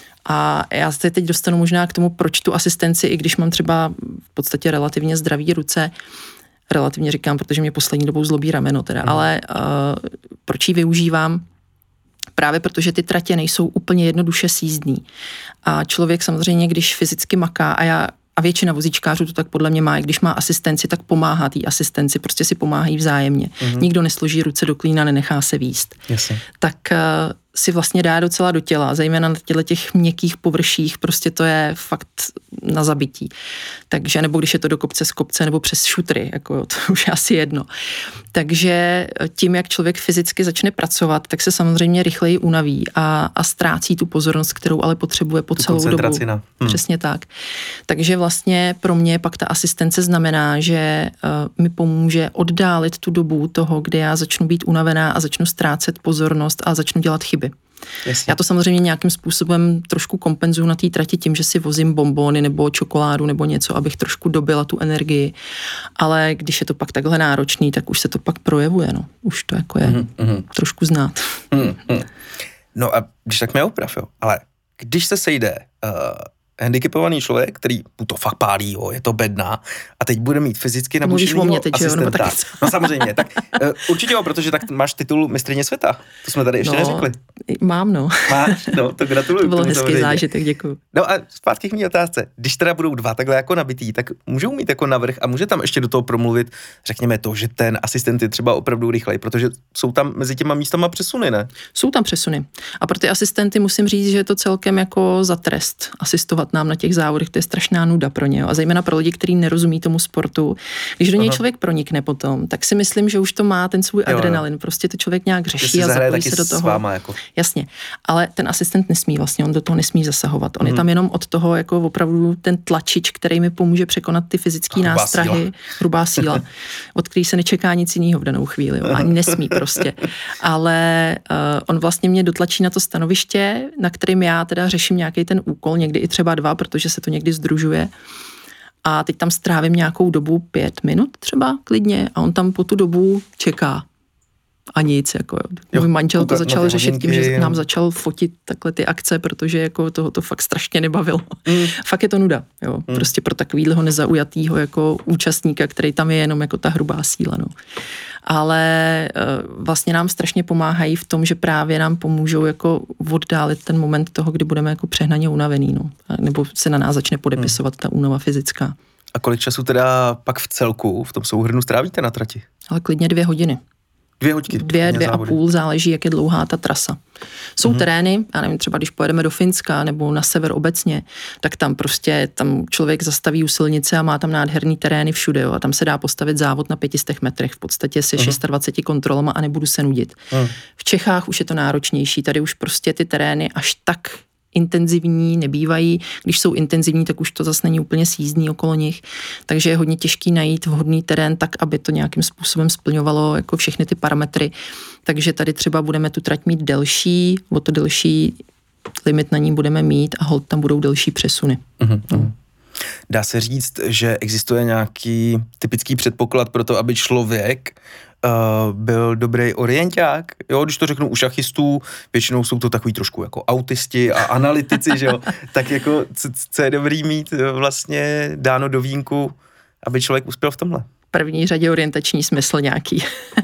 B: A já se teď dostanu možná k tomu, proč tu asistenci, i když mám třeba v podstatě relativně zdravý ruce, relativně říkám, protože mě poslední dobou zlobí rameno teda, mm. ale uh, proč ji využívám? Právě protože ty tratě nejsou úplně jednoduše sjízdný. A člověk samozřejmě, když fyzicky maká, a já a většina vozíčkářů to tak podle mě má, i když má asistenci, tak pomáhá té asistenci, prostě si pomáhají vzájemně. Mm. Nikdo nesloží ruce do klína, nenechá se výst.
C: Jasně.
B: Tak uh, si vlastně dá docela do těla, zejména na těchto těch měkkých površích, prostě to je fakt na zabití. Takže, nebo když je to do kopce z kopce, nebo přes šutry, jako to už je asi jedno. Takže tím, jak člověk fyzicky začne pracovat, tak se samozřejmě rychleji unaví a, a ztrácí tu pozornost, kterou ale potřebuje po
C: tu
B: celou dobu.
C: Na.
B: Hmm. Přesně tak. Takže vlastně pro mě pak ta asistence znamená, že uh, mi pomůže oddálit tu dobu toho, kdy já začnu být unavená a začnu ztrácet pozornost a začnu dělat chyby.
C: Jasně.
B: Já to samozřejmě nějakým způsobem trošku kompenzuju na té trati tím, že si vozím bonbony nebo čokoládu nebo něco, abych trošku dobila tu energii. Ale když je to pak takhle náročný, tak už se to pak projevuje. No. Už to jako je mm-hmm. trošku znát.
C: Mm-hmm. No a když tak mě oprav, jo. Ale když se sejde uh, handicapovaný člověk, který to fakt pálí, jo, je to bedna, a teď bude mít fyzicky nabušenýho asistenta.
B: Tak...
C: No samozřejmě, tak uh, určitě jo, protože tak máš titul mistryně světa. To jsme tady ještě
B: no,
C: neřekli.
B: Mám, no.
C: Máš, no, to gratuluju.
B: To byl hezký samozřejmě. Zážitek, děkuju.
C: No a zpátky k mý otázce. Když teda budou dva takhle jako nabitý, tak můžou mít jako navrch a může tam ještě do toho promluvit, řekněme to, že ten asistent je třeba opravdu rychlej, protože jsou tam mezi těma místama přesuny, ne?
B: Jsou tam přesuny. A pro ty asistenty musím říct, že je to celkem jako za trest asistovat nám na těch závodech, to je strašná nuda pro ně. A zejména pro lidi, kteří nerozumí tomu sportu. Když do něj Aha. člověk pronikne potom, tak si myslím, že už to má ten svůj jo, adrenalin. Jo. Prostě to člověk nějak řeší a zapojí se do toho.
C: Váma, jako.
B: Jasně. Ale ten asistent nesmí vlastně, on do toho nesmí zasahovat. On hmm. je tam jenom od toho jako opravdu ten tlačič, který mi pomůže překonat ty fyzické nástrahy, síla. hrubá síla, od který se nečeká nic jiného v danou chvíli. Jo. Ani nesmí prostě. Ale uh, on vlastně mě dotlačí na to stanoviště, na kterým já teda řeším nějaký ten úkol, někdy i třeba dva, protože se to někdy združuje. A teď tam strávím nějakou dobu, pět minut třeba klidně, a on tam po tu dobu čeká. A nic, jako jo. Můj manžel to začal řešit tím, že nám začal fotit takhle ty akce, protože jako toho to fakt strašně nebavilo. Mm. Fakt je to nuda, jo. Mm. Prostě pro takovýhleho nezaujatýho jako účastníka, který tam je jenom jako ta hrubá síla, no. Ale uh, vlastně nám strašně pomáhají v tom, že právě nám pomůžou jako oddálit ten moment toho, kdy budeme jako přehnaně unavený, no. Nebo se na nás začne podepisovat mm. ta únava fyzická.
C: A kolik času teda pak v celku, v tom souhrnu strávíte na trati?
B: Ale klidně dvě hodiny.
C: Dvě hoďky.
B: Dvě, dvě a půl, záleží, jak je dlouhá ta trasa. Jsou mm-hmm. terény, já nevím, třeba když pojedeme do Finska nebo na sever obecně, tak tam prostě, tam člověk zastaví u silnice a má tam nádherný terény všude, jo, a tam se dá postavit závod na pětistech metrech, v podstatě se mm-hmm. dvaceti šesti kontrolama a nebudu se nudit. Mm. V Čechách už je to náročnější, tady už prostě ty terény až tak intenzivní nebývají. Když jsou intenzivní, tak už to zase není úplně sjízdný okolo nich, takže je hodně těžký najít vhodný terén tak, aby to nějakým způsobem splňovalo jako všechny ty parametry. Takže tady třeba budeme tu trať mít delší, o to delší limit na ní budeme mít a holt tam budou delší přesuny.
C: Mm-hmm. No. Dá se říct, že existuje nějaký typický předpoklad pro to, aby člověk Uh, byl dobrý orienták, jo, když to řeknu u šachistů, většinou jsou to takový trošku jako autisti a analytici, že jo, tak jako co, co je dobrý mít vlastně dáno do vínku, aby člověk uspěl v tomhle?
B: první řadě orientační smysl nějaký.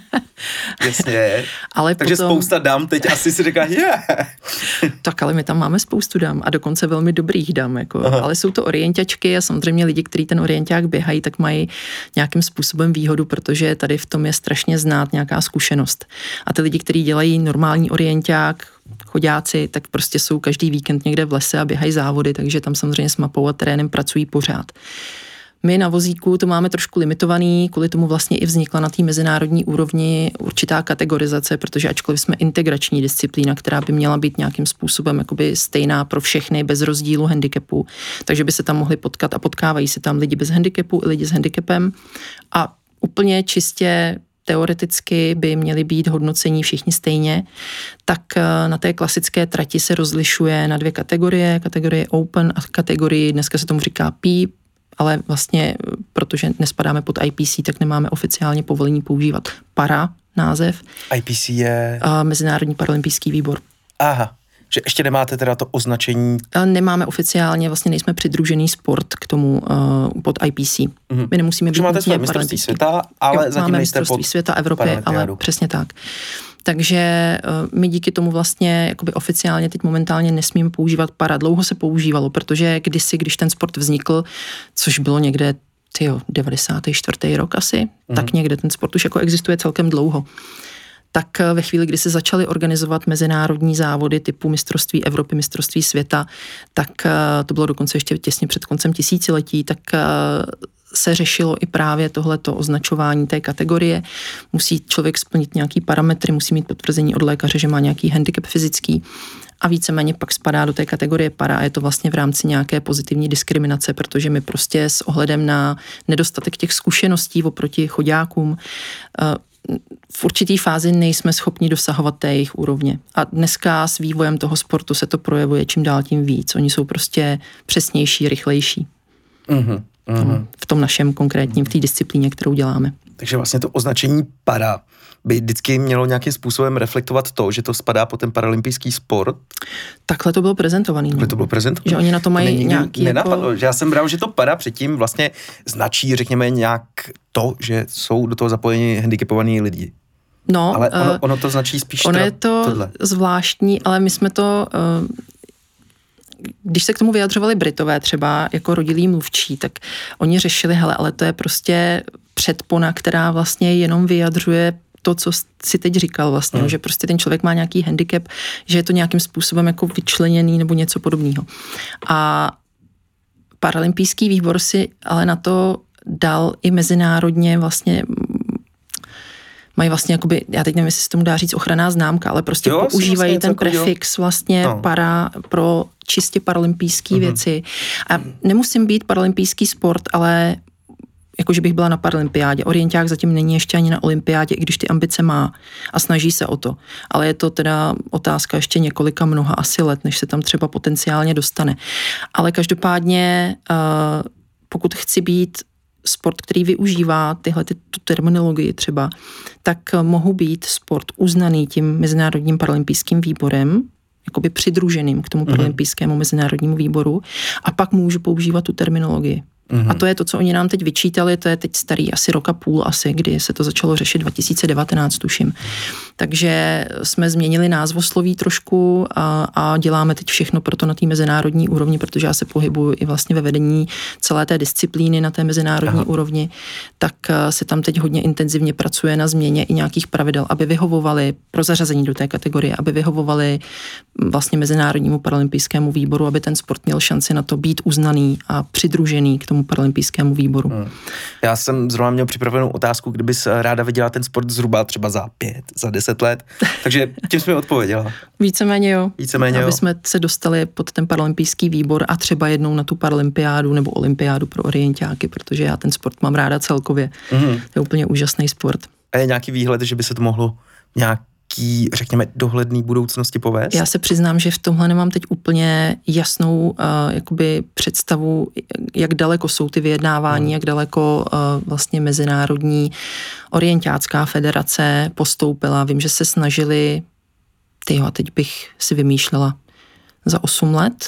C: Jasně.
B: Ale
C: takže
B: potom...
C: spousta dam teď asi si říká, yeah.
B: Tak ale my tam máme spoustu dam a dokonce velmi dobrých dam. Jako. Ale jsou to orientačky a samozřejmě lidi, kteří ten orienták běhají, tak mají nějakým způsobem výhodu, protože tady v tom je strašně znát nějaká zkušenost. A ty lidi, kteří dělají normální orienták, chodáci, tak prostě jsou každý víkend někde v lese a běhají závody, takže tam samozřejmě s mapou a terénem pracují pořád. My na vozíku to máme trošku limitovaný, kvůli tomu vlastně i vznikla na té mezinárodní úrovni určitá kategorizace, protože ačkoliv jsme integrační disciplína, která by měla být nějakým způsobem jakoby stejná pro všechny bez rozdílu handicapu, takže by se tam mohli potkat a potkávají se tam lidi bez handicapu i lidi s handicapem a úplně čistě teoreticky by měly být hodnocení všichni stejně, tak na té klasické trati se rozlišuje na dvě kategorie, kategorie Open a kategorii, dneska se tomu říká P, ale vlastně, protože nespadáme pod I P C, tak nemáme oficiálně povolení používat para název.
C: I P C je?
B: Mezinárodní paralympijský výbor.
C: Aha, že ještě nemáte teda to označení?
B: Nemáme oficiálně, vlastně nejsme přidružený sport k tomu uh, pod I P C. Mm-hmm. My nemusíme být
C: máte své mistrovství světa, ale
B: jo,
C: zatím
B: máme
C: nejste
B: mistrovství
C: pod
B: světa Evropy, ale přesně tak. Takže uh, my díky tomu vlastně jakoby oficiálně teď momentálně nesmíme používat para. Dlouho se používalo, protože kdysi, když ten sport vznikl, což bylo někde tyjo, devadesátý čtvrtý rok asi, mm-hmm. tak někde ten sport už jako existuje celkem dlouho. Tak ve chvíli, kdy se začaly organizovat mezinárodní závody typu mistrovství Evropy, mistrovství světa, tak to bylo dokonce ještě těsně před koncem tisíciletí, tak se řešilo i právě tohleto označování té kategorie. Musí člověk splnit nějaký parametry, musí mít potvrzení od lékaře, že má nějaký handicap fyzický a víceméně pak spadá do té kategorie para a je to vlastně v rámci nějaké pozitivní diskriminace, protože my prostě s ohledem na nedostatek těch zkušeností oproti chodákům v určitý fázi nejsme schopni dosahovat té jejich úrovně. A dneska s vývojem toho sportu se to projevuje čím dál tím víc. Oni jsou prostě přesnější, rychlejší. Mm-hmm, mm-hmm. V tom našem konkrétním, v té disciplíně, kterou děláme.
C: Takže vlastně to označení para by vždycky mělo nějakým způsobem reflektovat to, že to spadá pod ten paralympijský sport.
B: Takhle to bylo prezentovaný.
C: Takhle to bylo prezentovaný.
B: Že oni na to mají nějaký...
C: Nenapadlo,
B: jako...
C: že já jsem bral, že to para předtím vlastně značí, řekněme, nějak to, že jsou do toho zapojeni handicapovaní lidi.
B: No,
C: ale ono, ono to značí spíš
B: ono je to
C: tohle.
B: Zvláštní, ale my jsme to... Když se k tomu vyjadřovali Britové třeba jako rodilí mluvčí, tak oni řešili, hele, ale to je prostě předpona, která vlastně jenom vyjadřuje to, co si teď říkal vlastně, hmm. že prostě ten člověk má nějaký handicap, že je to nějakým způsobem jako vyčleněný nebo něco podobného. A paralympijský výbor si ale na to dal i mezinárodně vlastně mají vlastně jakoby, já teď nevím, jestli se tomu dá říct ochranná známka, ale prostě jo, používají vlastně ten prefix vlastně no. para pro čistě paralympijské mm-hmm. věci. A nemusím být paralympijský sport, ale jakože bych byla na paralympiádě. Orienták zatím není ještě ani na olympiádě, i když ty ambice má a snaží se o to. Ale je to teda otázka ještě několika mnoha asi let, než se tam třeba potenciálně dostane. Ale každopádně, pokud chci být sport, který využívá tyhle ty, tu terminologii třeba, tak mohu být sport uznaný tím Mezinárodním paralympijským výborem, jakoby přidruženým k tomu mm-hmm. paralympijskému mezinárodnímu výboru a pak můžu používat tu terminologii. Mm-hmm. A to je to, co oni nám teď vyčítali, to je teď starý asi rok a půl asi, kdy se to začalo řešit dva tisíce devatenáct, tuším. Takže jsme změnili názvosloví trošku a, a děláme teď všechno pro to na té mezinárodní úrovni, protože já se pohybuju i vlastně ve vedení celé té disciplíny na té mezinárodní Aha. úrovni, tak se tam teď hodně intenzivně pracuje na změně i nějakých pravidel, aby vyhovovali pro zařazení do té kategorie, aby vyhovovali vlastně Mezinárodnímu paralympijskému výboru, aby ten sport měl šanci na to být uznaný a přidružený k tomu paralympijskému výboru. Hmm.
C: Já jsem zrovna měl připravenou otázku, kdybys ráda viděla ten sport zhruba třeba za pět, za deset let, takže tím jsme odpověděla.
B: Víceméně jo.
C: Víceméně
B: aby
C: jo.
B: jsme se dostali pod ten paralympijský výbor a třeba jednou na tu paralympiádu nebo olympiádu pro orientáky, protože já ten sport mám ráda celkově. Hmm. To je úplně úžasný sport.
C: A je nějaký výhled, že by se to mohlo nějak řekněme, dohledný budoucnosti povést?
B: Já se přiznám, že v tomhle nemám teď úplně jasnou uh, jakoby představu, jak daleko jsou ty vyjednávání, hmm. jak daleko uh, vlastně Mezinárodní orientácká federace postoupila. Vím, že se snažili, tyjo, a teď bych si vymýšlela, za osm let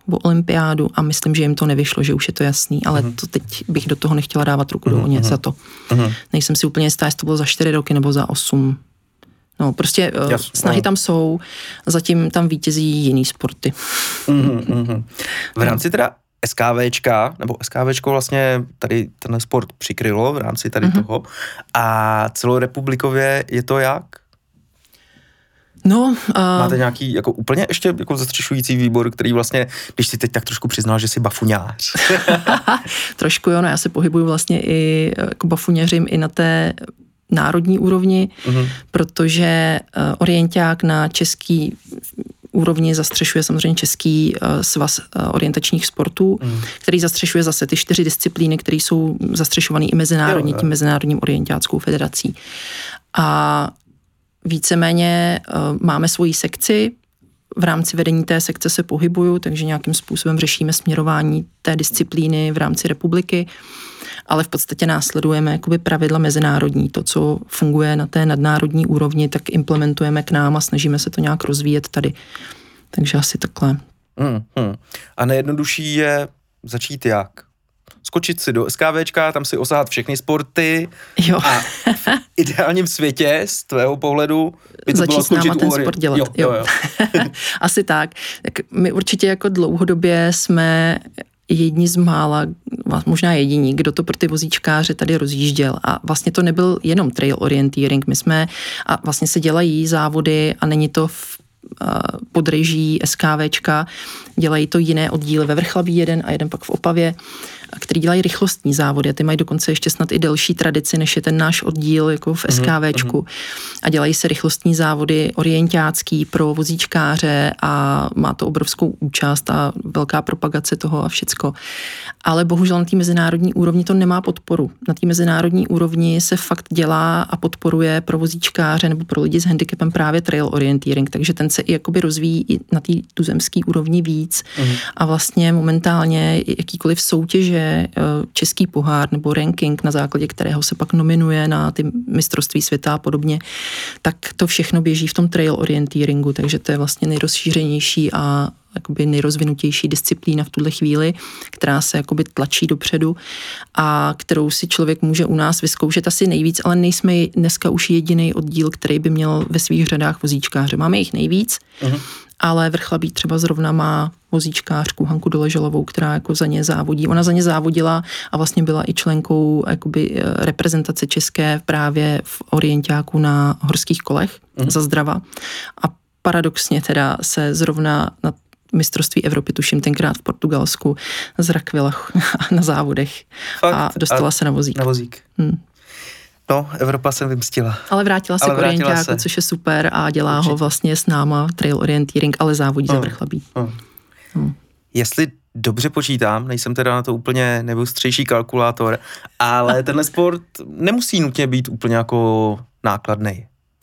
B: o olympiádu a myslím, že jim to nevyšlo, že už je to jasný, ale uh-huh. to teď bych do toho nechtěla dávat ruku uh-huh. do ohně za to. Uh-huh. Nejsem si úplně jistá, jestli to bylo za čtyři roky nebo za osm. No, prostě Jas, snahy no. tam jsou, zatím tam vítězí jiný sporty.
C: Uh-huh, uh-huh. V rámci teda SKVčka, nebo SKVčko vlastně tady tenhle sport přikrylo v rámci tady uh-huh. toho a celorepublikově je to jak?
B: No, uh...
C: Máte nějaký jako úplně ještě jako zastřešující výbor, který vlastně, když si teď tak trošku přiznal, že jsi bafuňář.
B: Trošku jo, no já se pohybuju vlastně i jako bafuňařím i na té národní úrovni, uh-huh. protože uh, orienták na český úrovni zastřešuje samozřejmě Český uh, svaz uh, orientačních sportů, uh-huh. který zastřešuje zase ty čtyři disciplíny, které jsou zastřešované i mezinárodně, tím Mezinárodním orientáckou federací. A víceméně uh, máme svoji sekci, v rámci vedení té sekce se pohybuju, takže nějakým způsobem řešíme směrování té disciplíny v rámci republiky, ale v podstatě následujeme jakoby pravidla mezinárodní. To, co funguje na té nadnárodní úrovni, tak implementujeme k nám a snažíme se to nějak rozvíjet tady. Takže asi takhle.
C: Hmm, hmm. A nejjednodušší je začít jak? Skočit si do SKVčka, tam si osahat všechny sporty
B: jo.
C: a v ideálním světě z tvého pohledu by to
B: začít
C: bylo skočit
B: s náma ten
C: u...
B: sport dělat.
C: Jo, jo, jo.
B: Asi tak. Tak my určitě jako dlouhodobě jsme jedni z mála, možná jediní, kdo to pro ty vozíčkáře tady rozjížděl. A vlastně to nebyl jenom trail orienteering. My jsme, a vlastně se dělají závody a není to v podreží SKVčka, dělají to jiné oddíly ve Vrchlabí jeden a jeden pak v Opavě, který dělají rychlostní závody a ty mají dokonce ještě snad i delší tradici, než je ten náš oddíl jako v SKVčku. A dělají se rychlostní závody orientácký pro vozíčkáře a má to obrovskou účast a velká propagace toho a všecko. Ale bohužel na té mezinárodní úrovni to nemá podporu. Na té mezinárodní úrovni se fakt dělá a podporuje pro vozíčkáře nebo pro lidi s handicapem právě trail orienteering, takže ten se i jakoby rozvíjí i na té tuzemské úrovni víc. Uh-huh. A vlastně momentálně jakýkoliv soutěže, český pohár nebo ranking, na základě kterého se pak nominuje na ty mistrovství světa a podobně, tak to všechno běží v tom trail orienteeringu, takže to je vlastně nejrozšířenější a jakoby nejrozvinutější disciplína v tuhle chvíli, která se jakoby tlačí dopředu a kterou si člověk může u nás vyzkoušet asi nejvíc, ale nejsme dneska už jediný oddíl, který by měl ve svých řadách vozíčkáře. Máme jich nejvíc, uh-huh. ale Vrchlabí třeba zrovna má vozíčkářku Hanku Doleželovou, která jako za ně závodí. Ona za ně závodila a vlastně byla i členkou jakoby reprezentace české právě v orientáku na horských kolech uh-huh. za Zdrava. A paradoxně teda se zrovna na mistrovství Evropy, tuším tenkrát v Portugalsku, zrakvila na závodech. Fakt? A dostala a se na vozík.
C: Na vozík. Hmm. No, Evropa se vymstila.
B: Ale vrátila se ale k orientáku, což je super a dělá Určitě. ho vlastně s náma trail orienteering, ale závodí no. za Vrchlabí. No.
C: No. Jestli dobře počítám, nejsem teda na to úplně nebystřejší kalkulátor, ale tenhle sport nemusí nutně být úplně jako nákladný.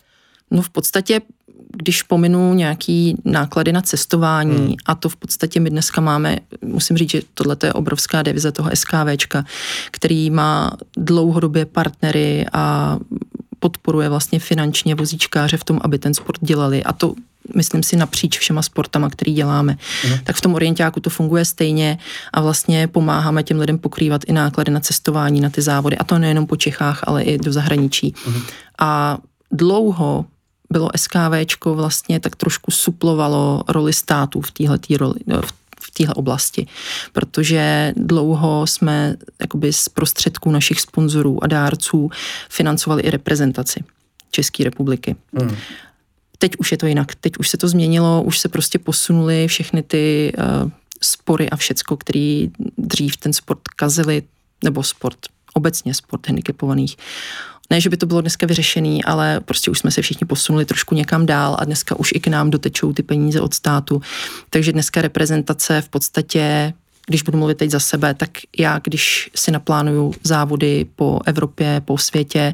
B: No v podstatě, když pominu nějaký náklady na cestování hmm. a to v podstatě my dneska máme, musím říct, že tohle je obrovská devize toho SKVčka, který má dlouhodobě partnery a podporuje vlastně finančně vozíčkáře v tom, aby ten sport dělali a to myslím si napříč všema sportama, který děláme. Hmm. Tak v tom orientáku to funguje stejně a vlastně pomáháme těm lidem pokrývat i náklady na cestování, na ty závody a to nejenom po Čechách, ale i do zahraničí. Hmm. A dlouho bylo SKVčko vlastně tak trošku suplovalo roli států v téhletý roli, v téhle oblasti, protože dlouho jsme jakoby z prostředků našich sponzorů a dárců financovali i reprezentaci České republiky. Hmm. Teď už je to jinak, teď už se to změnilo, už se prostě posunuly všechny ty uh, spory a všecko, který dřív ten sport kazili, nebo sport, obecně sport handicapovaných. Ne, že by to bylo dneska vyřešený, ale prostě už jsme se všichni posunuli trošku někam dál a dneska už i k nám dotečou ty peníze od státu. Takže dneska reprezentace v podstatě, když budu mluvit teď za sebe, tak já, když si naplánuju závody po Evropě, po světě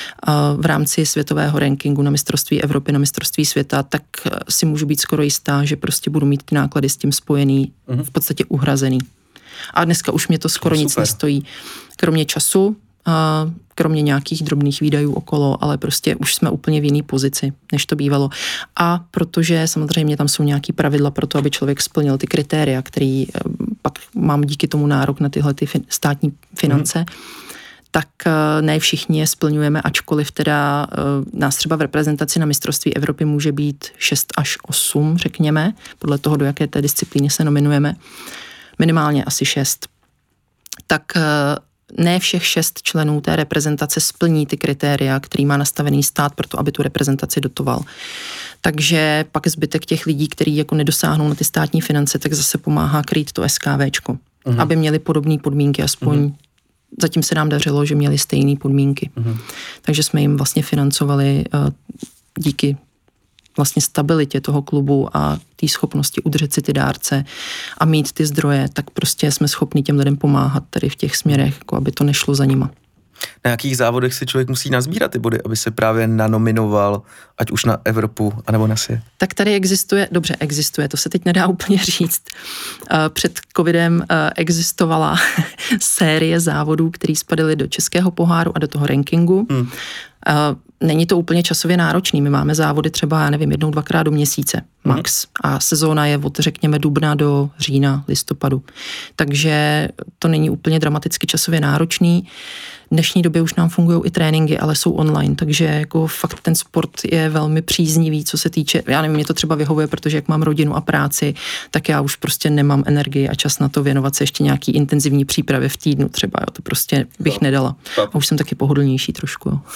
B: v rámci světového rankingu na mistrovství Evropy, na mistrovství světa, tak si můžu být skoro jistá, že prostě budu mít ty náklady s tím spojený, v podstatě uhrazený. A dneska už mě to skoro no, nic nestojí. Kromě času, kromě nějakých drobných výdajů okolo, ale prostě už jsme úplně v jiný pozici, než to bývalo. A protože samozřejmě tam jsou nějaký pravidla pro to, aby člověk splnil ty kritéria, který pak mám díky tomu nárok na tyhle ty státní finance, mm. tak ne všichni je splňujeme, ačkoliv teda nás třeba v reprezentaci na mistrovství Evropy může být šest až osm, řekněme, podle toho, do jaké té disciplíny se nominujeme, minimálně asi šest. Tak ne všech šest členů té reprezentace splní ty kritéria, který má nastavený stát pro to, aby tu reprezentaci dotoval. Takže pak zbytek těch lidí, kteří jako nedosáhnou na ty státní finance, tak zase pomáhá krýt to SKVčko, uh-huh. aby měli podobné podmínky, aspoň uh-huh. zatím se nám dařilo, že měli stejné podmínky. Uh-huh. Takže jsme jim vlastně financovali uh, díky vlastně stabilitě toho klubu a té schopnosti udržet si ty dárce a mít ty zdroje, tak prostě jsme schopni těm lidem pomáhat tady v těch směrech, jako aby to nešlo za nima.
C: Na jakých závodech si člověk musí nazbírat ty body, aby se právě nanominoval, ať už na Evropu, anebo na svět?
B: Tak tady existuje, dobře, existuje, to se teď nedá úplně říct. Před covidem existovala série závodů, které spadaly do českého poháru a do toho rankingu. Hmm. Není to úplně časově náročný. My máme závody třeba, já nevím, jednou, dvakrát do měsíce max. Hmm. A sezóna je od, řekněme, dubna do října, listopadu. Takže to není úplně dramaticky časově náročný. V dnešní době už nám fungují i tréninky, ale jsou online, takže jako fakt ten sport je velmi příznivý, co se týče, já nevím, mě to třeba vyhovuje, protože jak mám rodinu a práci, tak já už prostě nemám energii a čas na to věnovat se ještě nějaký intenzivní přípravě v týdnu třeba, jo, to prostě bych no, nedala. A už jsem taky pohodlnější trošku, jo.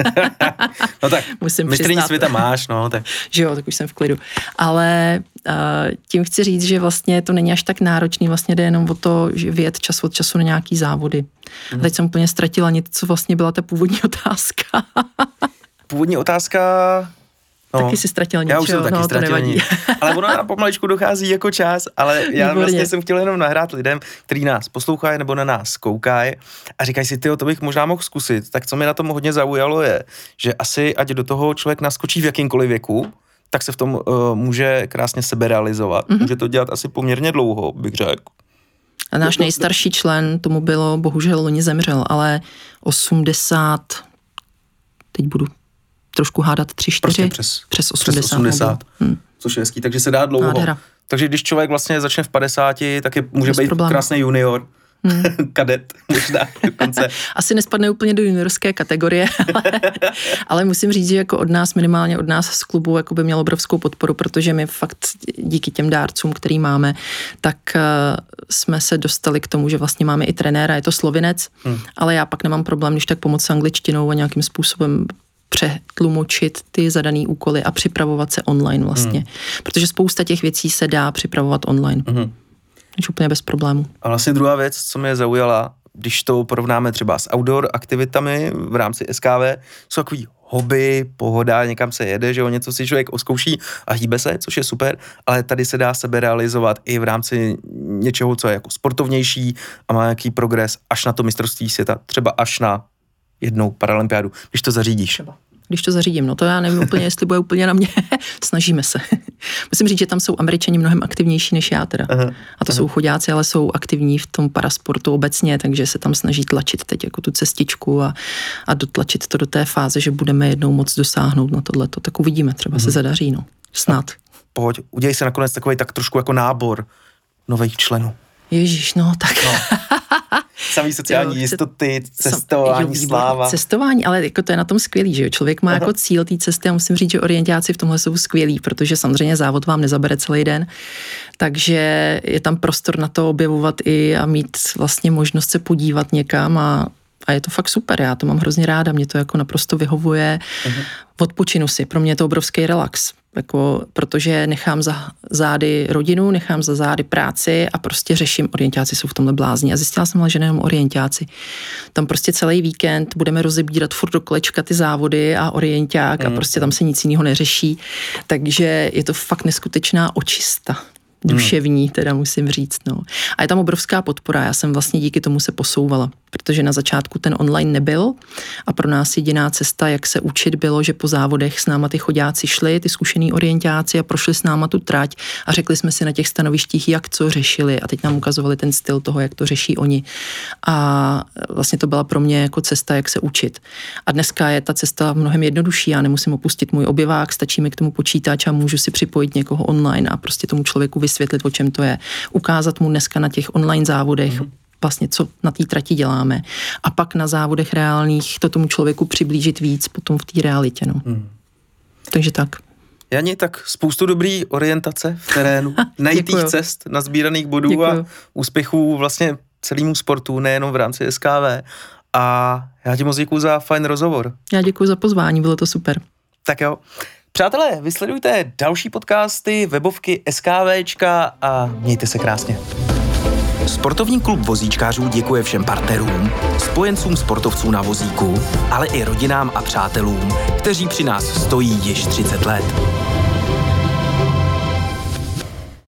C: No tak, mistryní světa máš, no. Tak.
B: Že jo, tak už jsem v klidu. Ale uh, tím chci říct, že vlastně to není až tak náročný, vlastně jde jenom o to, že vyjet čas od času na nějaký závody. Hmm. A teď jsem úplně ztratila něco, co vlastně byla ta původní otázka.
C: Původní otázka...
B: No, taky si ztratil něco,
C: já už jsem taky
B: no,
C: ztratil
B: to nevadí.
C: Ale ono nám pomaličku dochází jako čas, ale já Výborně. Vlastně jsem chtěl jenom nahrát lidem, kteří nás poslouchají nebo na nás koukají a říkají si, tyjo, to bych možná mohl zkusit. Tak co mi na tom hodně zaujalo je, že asi ať do toho člověk naskočí v jakýmkoliv věku, tak se v tom uh, může krásně seberealizovat. Mm-hmm. Může to dělat asi poměrně dlouho, bych řekl.
B: A náš nejstarší člen, tomu bylo, bohužel loni zemřel, ale osmdesát, teď budu trošku hádat tři, čtyři, prostě přes,
C: přes osmdesát. Přes osmdesát hmm. Což je hezký, takže se dá dlouho. Nádhera. Takže když člověk vlastně začne v padesáti, tak je, může Bez být problém. Krásný junior, hmm. kadet možná dokonce.
B: Asi nespadne úplně do juniorské kategorie, ale, ale musím říct, že jako od nás, minimálně od nás z klubu, jako by měl obrovskou podporu, protože my fakt díky těm dárcům, který máme, tak uh, jsme se dostali k tomu, že vlastně máme i trenéra, je to Slovinec, hmm. ale já pak nemám problém, když tak pomoct s angličtinou a nějakým způsobem přetlumočit ty zadaný úkoly a připravovat se online vlastně. Hmm. Protože spousta těch věcí se dá připravovat online. Hmm. Takže úplně bez problému.
C: A vlastně druhá věc, co mě zaujala, když to porovnáme třeba s outdoor aktivitami v rámci S K V, jsou takový hobby, pohoda, někam se jede, že jo, něco si člověk oskouší a hýbe se, což je super, ale tady se dá sebe realizovat i v rámci něčeho, co je jako sportovnější a má nějaký progres až na to mistrovství světa, třeba až na jednou paralympiádu, když to zařídíš. Třeba.
B: Když to zařídím, no to já nevím úplně, jestli bude úplně na mě. Snažíme se. Musím říct, že tam jsou Američani mnohem aktivnější než já teda. Aha, a to aha. jsou chudáci, ale jsou aktivní v tom parasportu obecně, takže se tam snaží tlačit teď jako tu cestičku a, a dotlačit to do té fáze, že budeme jednou moc dosáhnout na tohleto. Tak uvidíme, třeba mhm. se zadaří, no. Snad.
C: Pojď, udělej se nakonec takový tak trošku jako nábor nových členů.
B: Ježíš, no tak. No.
C: Samý sociální jo, jistoty, cestování, jo, sláva.
B: Cestování, ale jako to je na tom skvělý, že jo. Člověk má Aha. jako cíl té cesty a musím říct, že orientáci v tomhle jsou skvělí, protože samozřejmě závod vám nezabere celý den, takže je tam prostor na to objevovat i a mít vlastně možnost se podívat někam a A je to fakt super, já to mám hrozně ráda, mě to jako naprosto vyhovuje, uh-huh. odpočinu si, pro mě je to obrovský relax, jako, protože nechám za zády rodinu, nechám za zády práci a prostě řeším, orientáci jsou v tomhle blázni a zjistila jsem ale, že nejenom orientáci, tam prostě celý víkend budeme rozebírat furt do kolečka ty závody a orienták uh-huh. a prostě tam se nic jiného neřeší, takže je to fakt neskutečná očista. duševní, teda musím říct. No. A je tam obrovská podpora, já jsem vlastně díky tomu se posouvala, protože na začátku ten online nebyl a pro nás jediná cesta, jak se učit, bylo, že po závodech s náma ty chodáci šli, ty zkušený orientáci a prošli s náma tu trať a řekli jsme si na těch stanovištích, jak co řešili a teď nám ukazovali ten styl toho, jak to řeší oni. A vlastně to byla pro mě jako cesta, jak se učit. A dneska je ta cesta mnohem jednodušší, já nemusím opustit můj obyvák, stačí mi k tomu počítač a můžu si připojit někoho online a prostě tomu člověku vysvětlit, o čem to je. Ukázat mu dneska na těch online závodech, mm. vlastně co na té trati děláme. A pak na závodech reálných to tomu člověku přiblížit víc potom v té realitě. No. Mm. Takže tak.
C: Jani, tak spoustu dobrý orientace v terénu, najitých cest, nazbíraných bodů Děkuju. A úspěchů vlastně celému sportu, nejenom v rámci S K V. A já ti moc děkuju za fajn rozhovor.
B: Já děkuju za pozvání, bylo to super.
C: Tak jo. Přátelé, vysledujte další podcasty, webovky SKVčka a mějte se krásně.
A: Sportovní klub vozíčkářů děkuje všem partnerům, spojencům sportovců na vozíku, ale i rodinám a přátelům, kteří při nás stojí již třicet let.